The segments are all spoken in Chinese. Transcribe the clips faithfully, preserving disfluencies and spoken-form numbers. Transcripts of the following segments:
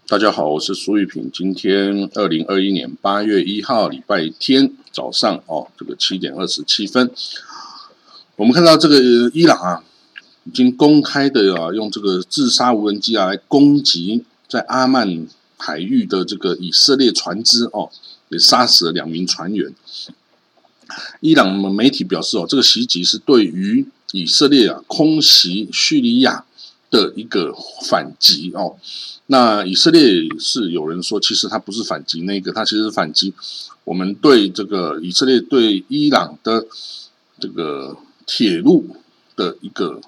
大家好，我是苏玉平。今天二零二一年八月一号礼拜天早上哦，这个七点二十七分，我们看到这个伊朗啊，已经公开的啊，用这个自杀无人机啊来攻击在阿曼海域的这个以色列船只哦，也杀死了两名船员。伊朗媒体表示哦，这个袭击是对于以色列啊空袭叙利亚的一个反击哦。那以色列是有人说，其实他不是反击那个，他其实是反击我们对这个以色列对伊朗的这个铁路的一个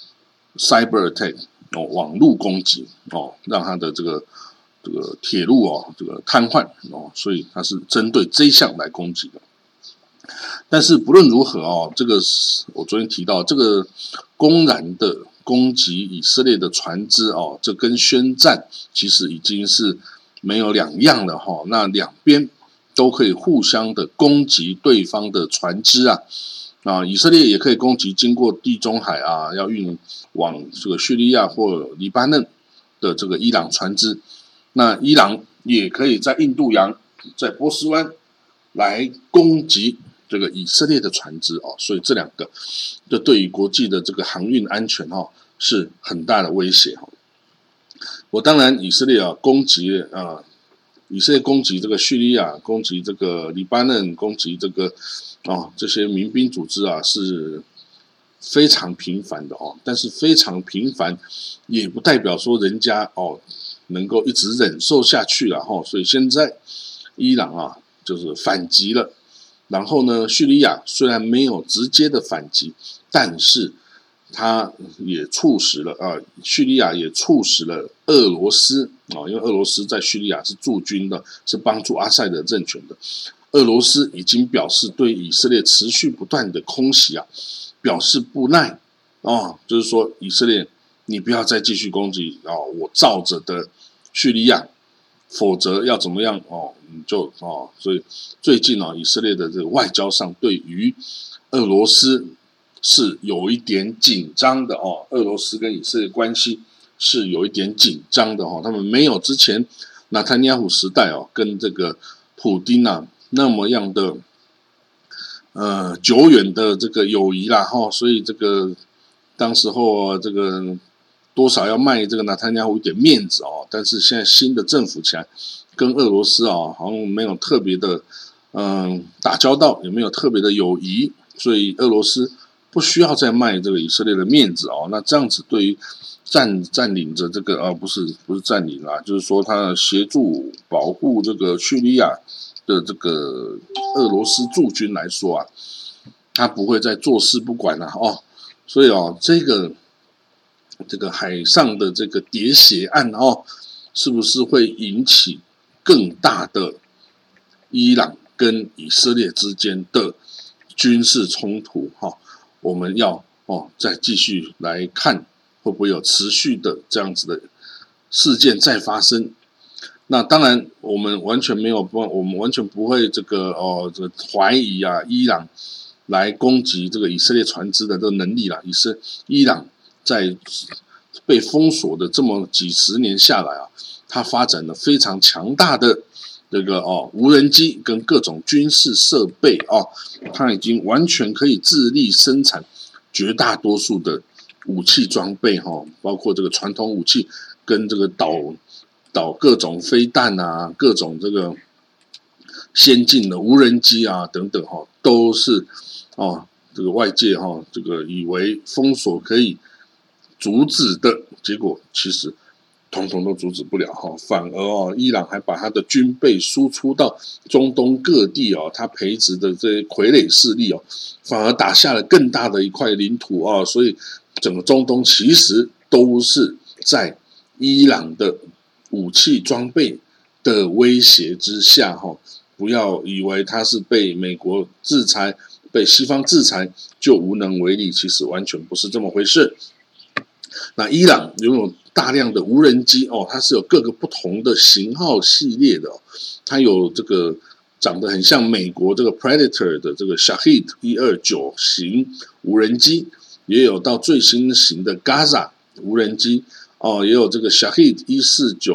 cyber attack 哦，网络攻击哦，让他的这个这个铁路哦这个瘫痪哦，所以他是针对这一项来攻击的。但是不论如何哦，这个我昨天提到这个公然的攻击以色列的船只哦，这跟宣战其实已经是没有两样了哈、哦。那两边都可以互相的攻击对方的船只啊，啊，以色列也可以攻击经过地中海啊，要运往这个叙利亚或黎巴嫩的这个伊朗船只。那伊朗也可以在印度洋、在波斯湾来攻击这个以色列的船只哦，所以这两个就对于国际的这个航运安全哦是很大的威胁哦。我当然以色列啊攻击啊、呃，以色列攻击这个叙利亚，攻击这个黎巴嫩，攻击这个哦这些民兵组织啊是非常频繁的哦，但是非常频繁也不代表说人家哦能够一直忍受下去了哈、哦，所以现在伊朗啊就是反击了。然后呢，叙利亚虽然没有直接的反击，但是它也促使了啊，叙利亚也促使了俄罗斯啊，因为俄罗斯在叙利亚是驻军的，是帮助阿塞德政权的。俄罗斯已经表示对以色列持续不断的空袭啊，表示不耐哦，就是说以色列你不要再继续攻击哦，我罩着的叙利亚。否则要怎么样哦？你就哦，所以最近哦，以色列的这个外交上对于俄罗斯是有一点紧张的哦。俄罗斯跟以色列关系是有一点紧张的哦，他们没有之前纳坦尼亚胡时代哦，跟这个普丁啊那么样的呃久远的这个友谊啦哈、哦，所以这个当时候、啊、这个。多少要卖这个纳坦尼亚胡一点面子哦，但是现在新的政府起来跟俄罗斯哦，好像没有特别的嗯打交道，也没有特别的友谊，所以俄罗斯不需要再卖这个以色列的面子哦。那这样子对于占占领着这个啊，不是不是占领啦，就是说他协助保护这个叙利亚的这个俄罗斯驻军来说啊，他不会再坐视不管了哦。所以哦，这个。这个海上的这个喋血案哦，是不是会引起更大的伊朗跟以色列之间的军事冲突？哈、哦，我们要哦再继续来看会不会有持续的这样子的事件再发生。那当然，我们完全没有，我们完全不会这个哦，这个怀疑啊，伊朗来攻击这个以色列船只的这个能力啦。以色伊朗。在被封锁的这么几十年下来啊，它发展了非常强大的这个哦无人机跟各种军事设备哦，它已经完全可以自力生产绝大多数的武器装备哈、哦，包括这个传统武器跟这个导导各种飞弹啊，各种这个先进的无人机啊等等哈、哦，都是哦这个外界哈、哦、这个以为封锁可以。阻止的结果，其实统统都阻止不了哈，反而哦，伊朗还把他的军备输出到中东各地哦，他培植的这些傀儡势力哦，反而打下了更大的一块领土哦，所以整个中东其实都是在伊朗的武器装备的威胁之下哈，不要以为他是被美国制裁、被西方制裁就无能为力，其实完全不是这么回事。那伊朗拥有大量的无人机哦，它是有各个不同的型号系列的、哦，它有这个长得很像美国这个 Predator 的这个 Shahed 一二九型无人机，也有到最新型的 Gaza 无人机哦，也有这个 Shahed 一四九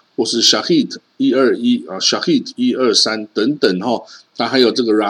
或是 Shahid 一二一啊 ，Shahid 一二三等等哈，它还有这个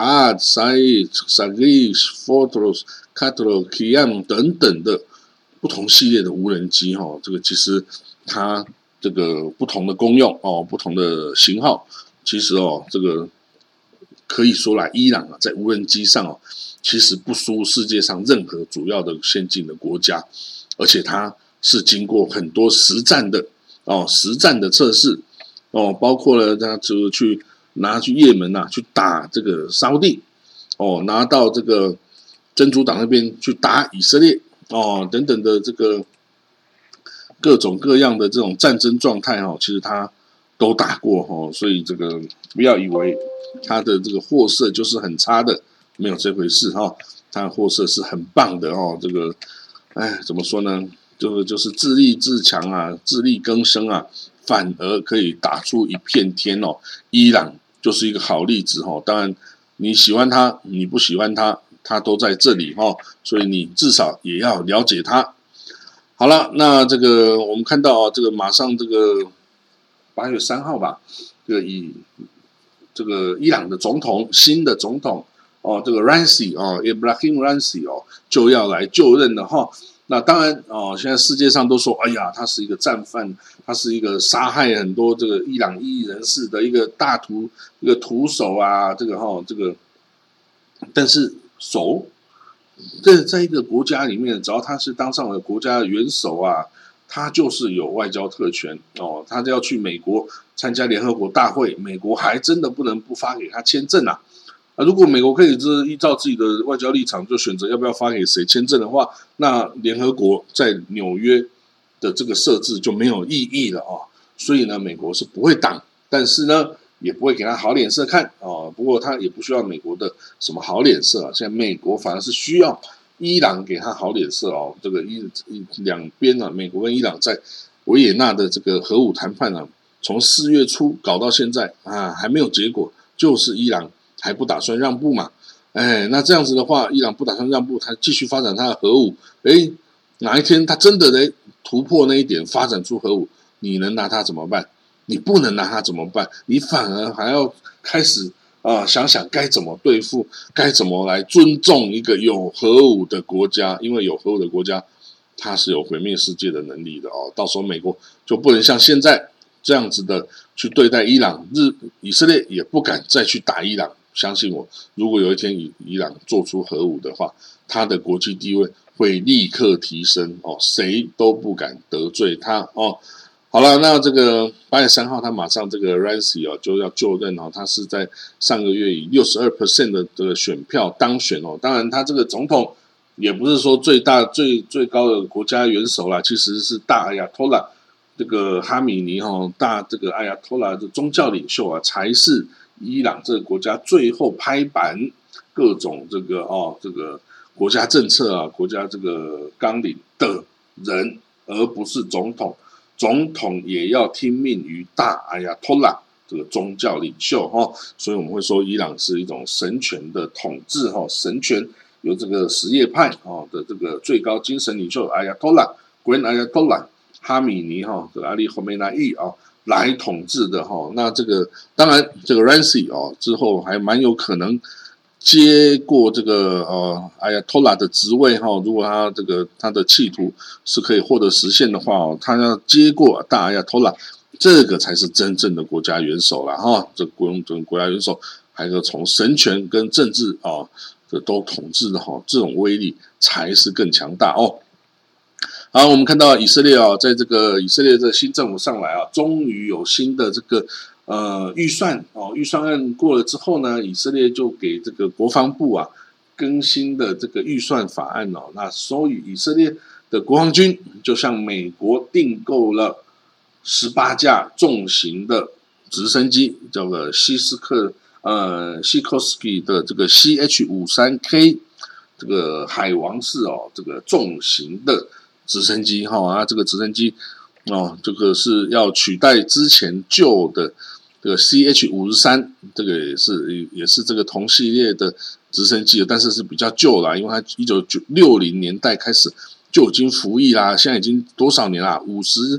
Raad、Said、Sagris、Fortress、Catro、Kiam 等等的不同系列的无人机哈，这个其实它这个不同的功用哦，不同的型号，其实哦，这个可以说啦，伊朗啊，在无人机上哦，其实不输世界上任何主要的先进的国家，而且它是经过很多实战的哦，实战的测试哦，包括了他就去拿去也门呐、啊，去打这个沙烏地哦，拿到这个真主党那边去打以色列哦，等等的这个各种各样的这种战争状态哦，其实他都打过哦，所以这个不要以为他的这个货色就是很差的，没有这回事哈、哦，他的货色是很棒的哦，这个哎怎么说呢？就是就是自立自强啊，自力更生啊，反而可以打出一片天哦。伊朗就是一个好例子哦。当然你喜欢他，你不喜欢他，他都在这里哦，所以你至少也要了解他。好了，那这个我们看到啊，这个马上这个八月三号吧，这个以这个伊朗的总统新的总统哦，这个 Raisi 哦 ，Ebrahim Raisi 哦，就要来就任了哈、哦。那当然哦，现在世界上都说，哎呀，他是一个战犯，他是一个杀害很多这个伊朗异议人士的一个大屠一个屠手啊，这个哈、哦，这个，但是手，这在一个国家里面，只要他是当上了国家的元首啊，他就是有外交特权哦，他要去美国参加联合国大会，美国还真的不能不发给他签证啊。啊，如果美国可以是依照自己的外交立场就选择要不要发给谁签证的话，那联合国在纽约的这个设置就没有意义了哦。所以呢，美国是不会挡，但是呢，也不会给他好脸色看哦。不过他也不需要美国的什么好脸色啊，现在美国反而是需要伊朗给他好脸色哦。这个一两边啊，美国跟伊朗在维也纳的这个核武谈判啊，从四月初搞到现在啊，还没有结果，就是伊朗还不打算让步嘛？哎，那这样子的话，伊朗不打算让步，他继续发展他的核武。哎，哪一天他真的能突破那一点，发展出核武，你能拿他怎么办？你不能拿他怎么办？你反而还要开始啊、呃，想想该怎么对付，该怎么来尊重一个有核武的国家，因为有核武的国家，它是有毁灭世界的能力的哦。到时候美国就不能像现在这样子的去对待伊朗，日以色列也不敢再去打伊朗。相信我，如果有一天伊伊朗做出核武的话，他的国际地位会立刻提升哦，谁都不敢得罪他哦。好了，那这个八月三号，他马上这个 Raisi 哦就要就任哦，他是在上个月以 百分之六十二 的这个选票当选哦。当然，他这个总统也不是说最大最最高的国家元首啦，其实是大阿亚托拉这个哈米尼哈、哦、大这个阿亚托拉的宗教领袖啊，才是伊朗这个国家最后拍板各种这个哦这个国家政策啊，国家这个纲领的人，而不是总统。总统也要听命于大阿亚托拉这个宗教领袖哈、哦，所以我们会说伊朗是一种神权的统治哈、哦，神权由这个什叶派哦的这个最高精神领袖阿亚托拉 Grand Ayatollah 哈米尼哈、哦，这个阿里侯梅纳伊啊来统治的哈、哦。那这个当然这个 Raisi 哦之后还蛮有可能接过这个呃阿亚托拉的职位哈、哦，如果他这个他的企图是可以获得实现的话哦，他要接过大阿亚托拉，这个才是真正的国家元首了哈、哦。这国这国家元首还是从神权跟政治啊、哦，这都统治的哈、哦，这种威力才是更强大哦。好，我们看到以色列啊，在这个以色列的新政府上来啊，终于有新的这个呃预算哦，预算案过了之后呢，以色列就给这个国防部啊更新的这个预算法案哦，那所以以色列的国防军就向美国订购了十八架重型的直升机，叫做西斯克呃西科斯基的这个 C H 五十三 K 这个海王式哦，这个重型的直升机哈、哦、啊，这个直升机哦，这个是要取代之前旧的这个 C H 五十三， 这个也是也是这个同系列的直升机，但是是比较旧啦，因为它一九六零年代开始就已经服役啦，现在已经多少年啦？五十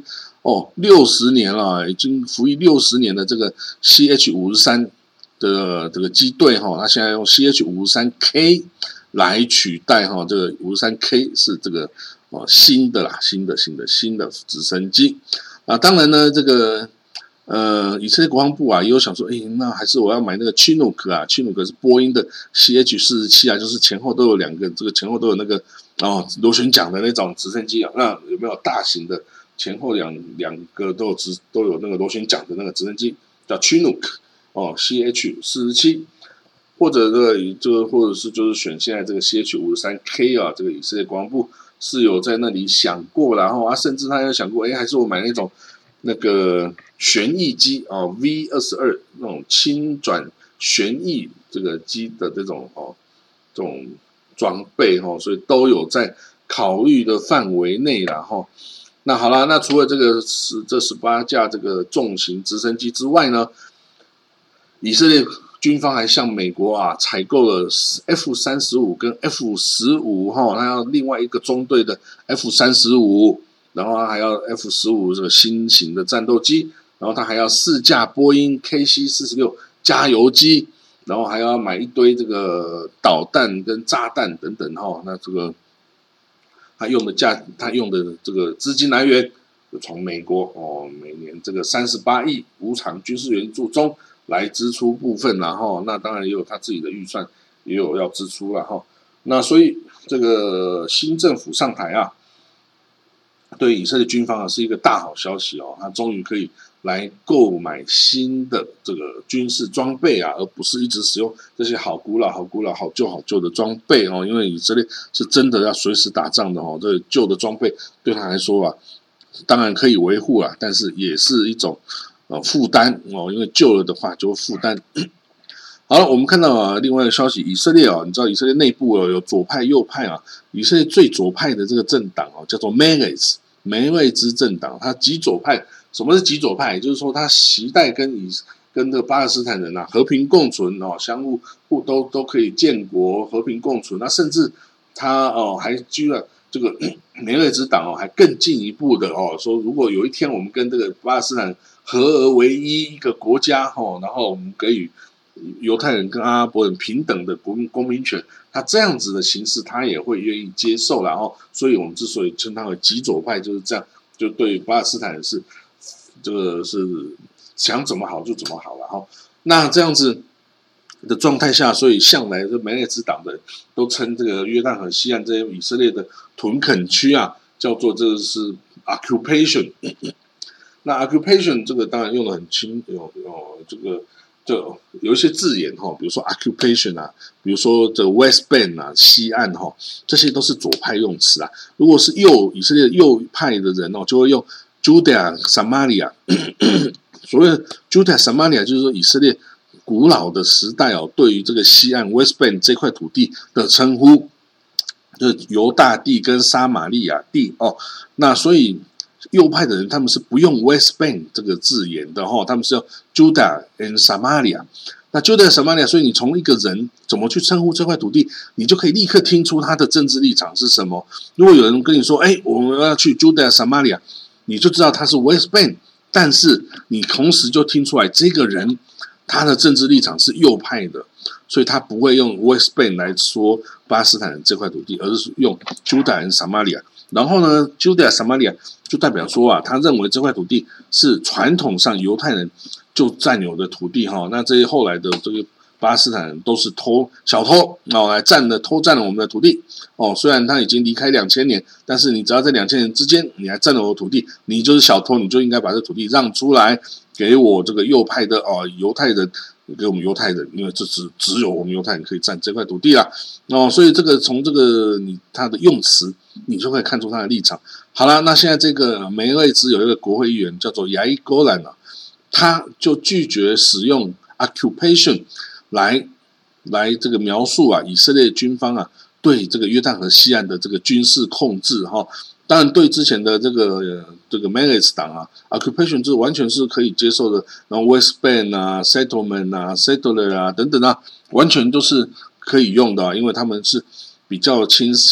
哦，六十年了，已经服役六十年的这个 C H 五十三的这个机队哈，它现在用 C H 五十三 K 来取代哈，这个五十三 K 是这个哦新的啦，新的新的新的直升机啊。当然呢，这个呃以色列国防部啊也有想说，哎，那还是我要买那个 Chinook 啊 ，Chinook 是波音的 C H 四十七啊，就是前后都有两个，这个前后都有那个哦螺旋桨的那种直升机啊。那有没有大型的前后两两个都有直都有那个螺旋桨的那个直升机，叫 Chinook 哦 C H 四十七。或者这个就或者是就是选现在这个 C H 五十三 K 啊，这个以色列国防部是有在那里想过，然后啊，甚至他有想过，哎，还是我买那种那个旋翼机哦 V 二十二那种轻转旋翼这个机的这种哦这种装备哦，所以都有在考虑的范围内啦哈。那好啦，那除了这个十这十八架这个重型直升机之外呢，以色列军方还向美国啊采购了 F 三十五 跟 F 十五 哈，他要另外一个中队的 F 三十五，然后他还要 F 十五 这个新型的战斗机，然后他还要四架波音 K C 四十六 加油机，然后还要买一堆这个导弹跟炸弹等等哈。那这个他用的价，他用的这个资金来源，从美国哦每年这个三十八亿无偿军事援助中来支出部分，然后那当然也有他自己的预算，也有要支出了哈。那所以这个新政府上台啊，对以色列军方啊是一个大好消息哦，他终于可以来购买新的这个军事装备啊，而不是一直使用这些好古老、好古老、好旧、好旧的装备哦。因为以色列是真的要随时打仗的哦，这个旧的装备对他来说啊，当然可以维护啊，但是也是一种呃负担哦，因为旧了的话就会负担。好了，我们看到啊，另外一个消息，以色列啊，你知道以色列内部有有左派、右派啊，以色列最左派的这个政党哦，叫做 Meretz 梅瑞兹政党，它极左派。什么是极左派？也就是说，他期待跟以跟这个巴勒斯坦人啊和平共存哦，相互互都都可以建国，和平共存。那甚至他哦还居然这个梅瑞兹党哦还更进一步的哦说，如果有一天我们跟这个巴勒斯坦合而为一一个国家哦，然后我们给予犹太人跟阿拉伯人平等的公公民权，他这样子的形式他也会愿意接受。然后，所以我们之所以称他为极左派，就是这样，就对巴勒斯坦人是。这个是想怎么好就怎么好了哈。那这样子的状态下，所以向来这梅列兹党的都称这个约旦河西岸这些以色列的屯垦区啊，叫做这是 occupation。那 occupation 这个当然用的很轻，有有这个就有一些字眼哈，比如说 occupation 啊，比如说这 West Bank 啊，西岸哈，这些都是左派用词啊。如果是右以色列右派的人哦，就会用Judea Samaria 所谓的 Judea Samaria 就是说以色列古老的时代哦，对于这个西岸 West Bank 这块土地的称呼，就是犹大地跟撒玛利亚地哦。那所以右派的人他们是不用 West Bank 这个字眼的哦，他们是用 Judah and Samaria。那 Judah and Samaria， 所以你从一个人怎么去称呼这块土地，你就可以立刻听出他的政治立场是什么。如果有人跟你说，哎，我们要去 Judah and Samaria，你就知道他是 West Bank， 但是你同时就听出来这个人他的政治立场是右派的，所以他不会用 West Bank 来说巴勒斯坦人这块土地，而是用 Judah and Samaria。然后呢 Judah Samaria 就代表说啊，他认为这块土地是传统上犹太人就占有的土地哈。那这些后来的这个巴勒斯坦人都是偷小偷哦，来占了偷占了我们的土地哦。虽然他已经离开两千年，但是你只要在两千年之间，你还占了我的土地，你就是小偷，你就应该把这土地让出来给我这个右派的哦犹太人，给我们犹太人，因为这只只有我们犹太人可以占这块土地啦哦。所以这个从这个你他的用词，你就可以看出他的立场。好了，那现在这个梅瑞兹有一个国会议员叫做亚伊戈兰啊，他就拒绝使用 occupation。来来这个描述啊，以色列军方啊对这个约旦河西岸的这个军事控制哈，当然对之前的这个、呃、这个 Meretz 党啊 ，occupation 是完全是可以接受的，然后 West Bank 啊、settlement 啊、settler 啊等等啊，完全都是可以用的、啊，因为他们是比较倾向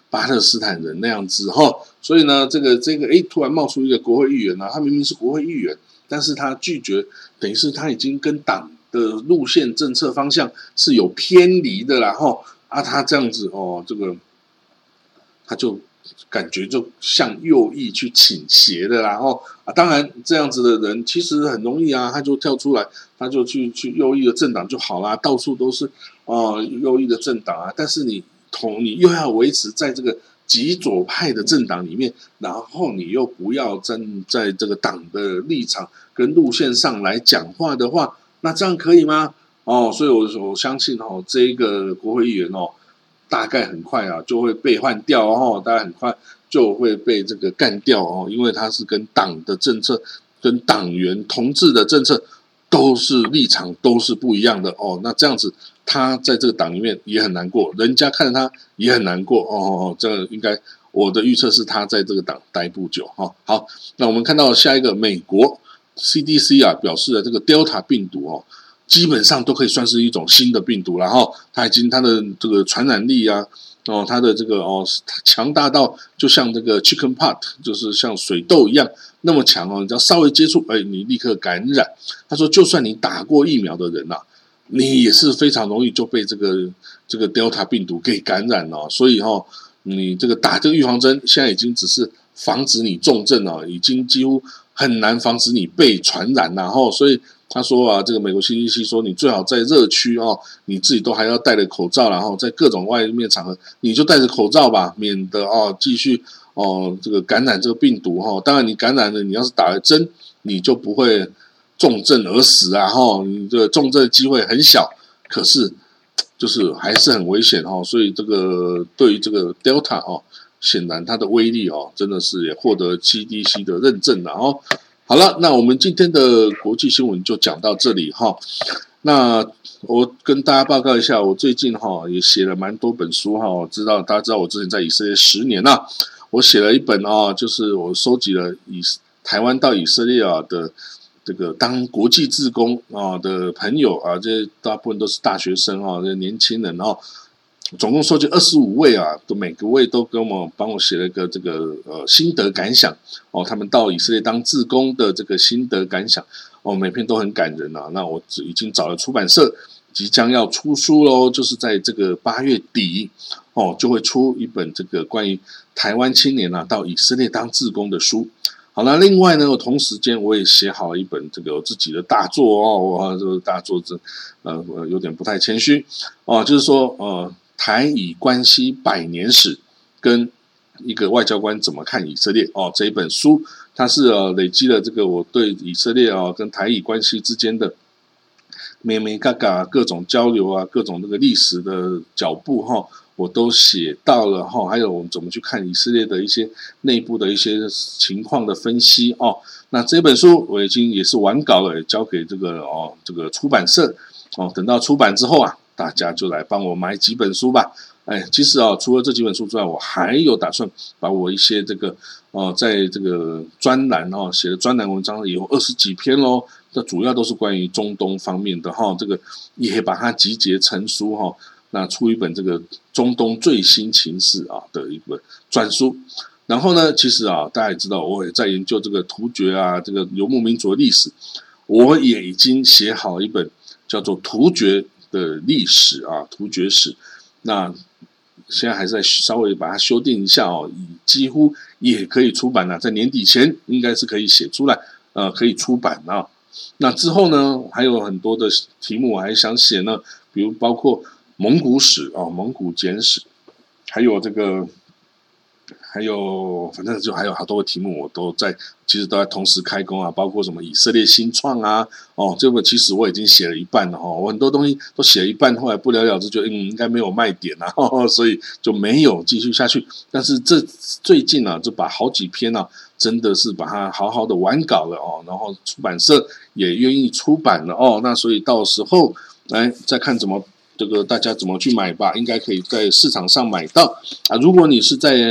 巴勒斯坦人那样子哈。所以呢，这个这个哎，突然冒出一个国会议员啊，他明明是国会议员，但是他拒绝，等于是他已经跟党的路线政策方向是有偏离的啦哈。啊，他这样子哦，这个他就感觉就向右翼去倾斜的啦哦啊，当然这样子的人其实很容易啊，他就跳出来，他就去去右翼的政党就好啦，到处都是哦右翼的政党啊，但是你同你又要维持在这个极左派的政党里面，然后你又不要站在这个党的立场跟路线上来讲话的话，那这样可以吗？哦，所以我我相信哦，这一个国会议员哦，大概很快啊就会被换掉哦，大概很快就会被这个干掉哦，因为他是跟党的政策、跟党员同志的政策都是立场都是不一样的哦。那这样子，他在这个党里面也很难过，人家看着他也很难过哦。这应该我的预测是他在这个党待不久哈、哦。好，那我们看到下一个，美国 C D C 啊表示了这个 Delta 病毒哦。基本上都可以算是一种新的病毒，然后它已经它的这个传染力啊，哦，它的这个哦强大到就像这个 chicken pox， 就是像水痘一样那么强哦，你只要稍微接触，哎，你立刻感染。他说，就算你打过疫苗的人啊，你也是非常容易就被这个这个 Delta 病毒给感染了、哦。所以哦，你这个打这个预防针，现在已经只是防止你重症了，已经几乎很难防止你被传染了哦，所以。他说啊，这个美国 C D C 说，你最好在热区哦，你自己都还要戴着口罩，然后在各种外面场合，你就戴着口罩吧，免得哦继续哦这个感染这个病毒哈、哦。当然你感染了，你要是打了针，你就不会重症而死啊哈、哦，你这个重症的机会很小，可是就是还是很危险哈、哦。所以这个对于这个 Delta 哦，显然它的威力哦，真的是也获得 C D C 的认证了哦。好了，那我们今天的国际新闻就讲到这里哈。那我跟大家报告一下，我最近哈也写了蛮多本书哈。我知道大家知道我之前在以色列十年啦，我写了一本啊，就是我收集了以台湾到以色列啊的这个当国际志工啊的朋友啊，这大部分都是大学生啊，这年轻人哦。总共收集二十五位啊，都每个位都跟我帮我写了一个这个呃心得感想哦，他们到以色列当志工的这个心得感想哦，每篇都很感人啊。那我已经找了出版社，即将要出书喽，就是在这个八月底哦，就会出一本这个关于台湾青年啊到以色列当志工的书。好，那另外呢，我同时间我也写好了一本这个我自己的大作哦，我这个大作这呃有点不太谦虚哦，就是说呃。台以关系百年史跟一个外交官怎么看以色列哦，这一本书它是呃累积了这个我对以色列啊、哦、跟台以关系之间的咩咩嘎嘎各种交流啊，各种这个历史的脚步哈、哦，我都写到了哈、哦，还有我们怎么去看以色列的一些内部的一些情况的分析哦。那这本书我已经也是完稿了，也交给这个哦这个出版社哦，等到出版之后啊。大家就来帮我买几本书吧。哎，其实啊，除了这几本书之外，我还有打算把我一些这个哦、呃，在这个专栏哦写的专栏文章有二十几篇喽。这主要都是关于中东方面的哈、哦，这个也把它集结成书哈、哦。那出一本这个中东最新情势啊的一本专书。然后呢，其实啊，大家也知道，我也在研究这个突厥啊，这个游牧民族的历史，我也已经写好一本叫做突厥的历史啊，突厥史，那现在还是在稍微把它修订一下哦，几乎也可以出版了，在年底前应该是可以写出来，呃，可以出版啊。那之后呢，还有很多的题目我还想写呢，比如包括蒙古史啊、哦，蒙古简史，还有这个。还有，反正就还有好多个题目，我都在，其实都在同时开工啊，包括什么以色列新创啊，哦，这个其实我已经写了一半了哈、哦，我很多东西都写了一半，后来不了了之，觉得嗯应该没有卖点啊、哦，所以就没有继续下去。但是这最近啊，就把好几篇啊，真的是把它好好的完稿了哦，然后出版社也愿意出版了哦，那所以到时候来再看怎么。这个大家怎么去买吧，应该可以在市场上买到啊。如果你是在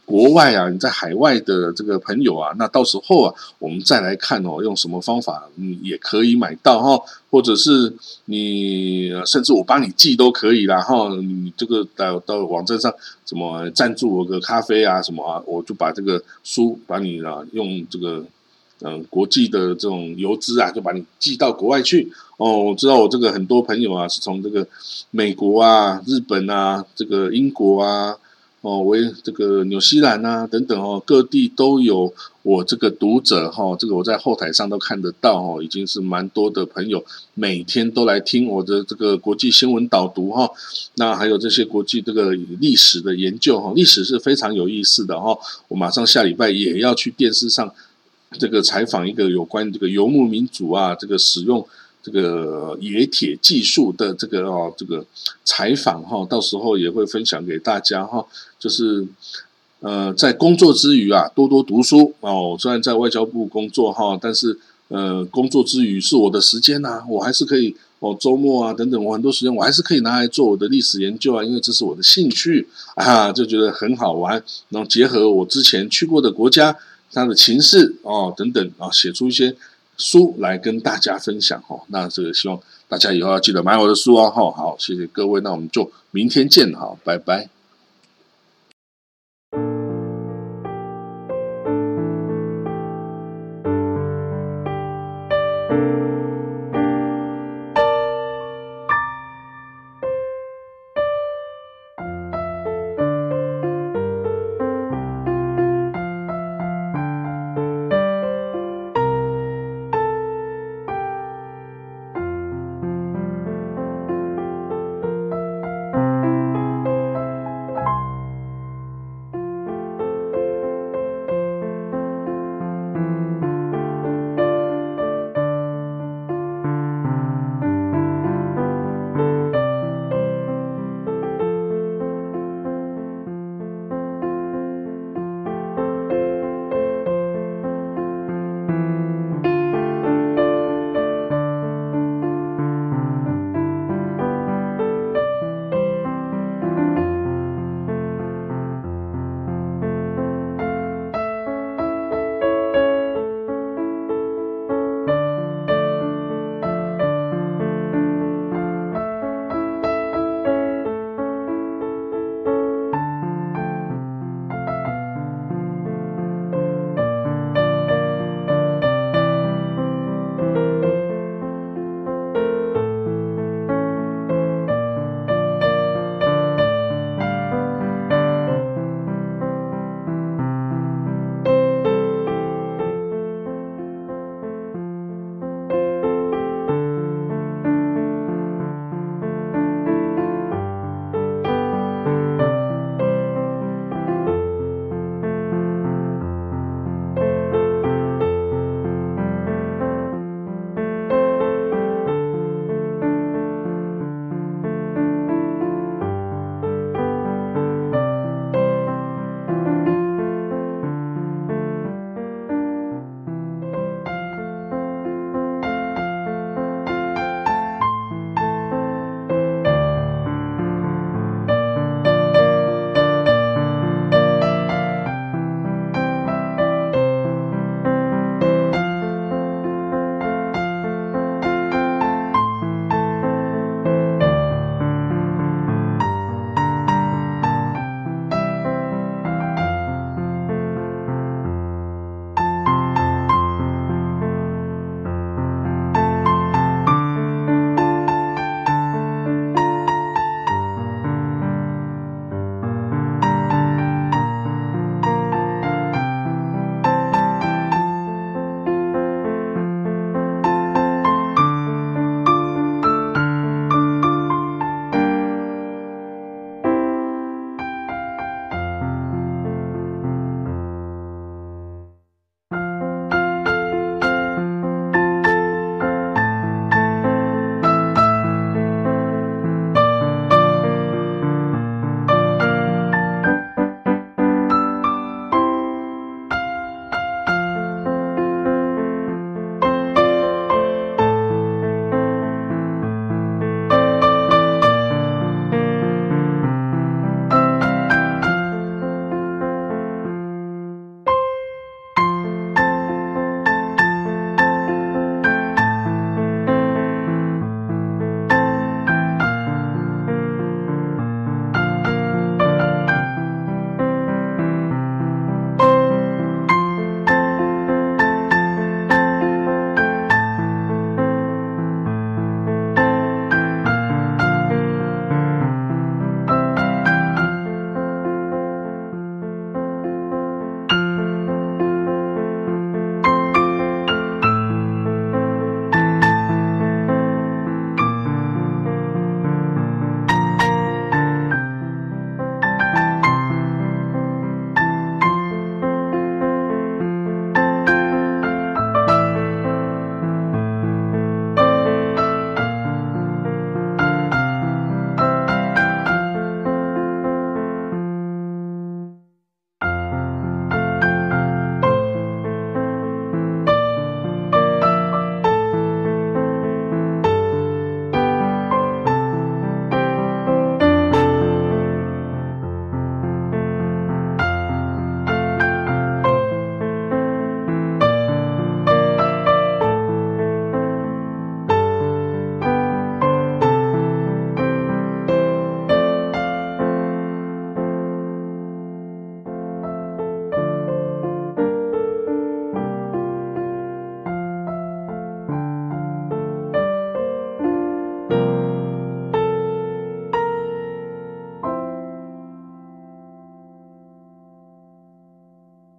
国外啊，你在海外的这个朋友啊，那到时候啊，我们再来看哦，用什么方法嗯也可以买到哈，或者是你甚至我帮你寄都可以啦哈，你这个到到网站上什么赞助我个咖啡啊什么啊，我就把这个书把你啊用这个嗯国际的这种邮资啊，就把你寄到国外去哦。我知道我这个很多朋友啊是从这个美国啊、日本啊、这个英国啊。哦，为这个纽西兰啊等等哦，各地都有我这个读者哈、哦，这个我在后台上都看得到哦，已经是蛮多的朋友每天都来听我的这个国际新闻导读哈、哦，那还有这些国际这个历史的研究哈、哦，历史是非常有意思的哈、哦，我马上下礼拜也要去电视上这个采访一个有关这个游牧民族啊，这个使用。这个冶铁技术的这个哦，这个采访哈、哦，到时候也会分享给大家哈、哦。就是呃，在工作之余啊，多多读书哦。虽然在外交部工作哈、哦，但是呃，工作之余是我的时间呐、啊，我还是可以哦，周末啊等等，我很多时间我还是可以拿来做我的历史研究啊，因为这是我的兴趣啊，就觉得很好玩。然后结合我之前去过的国家，它的情势哦等等啊，写出一些。书来跟大家分享哈，那这个希望大家以后要记得买我的书哦，好，谢谢各位，那我们就明天见，好，拜拜。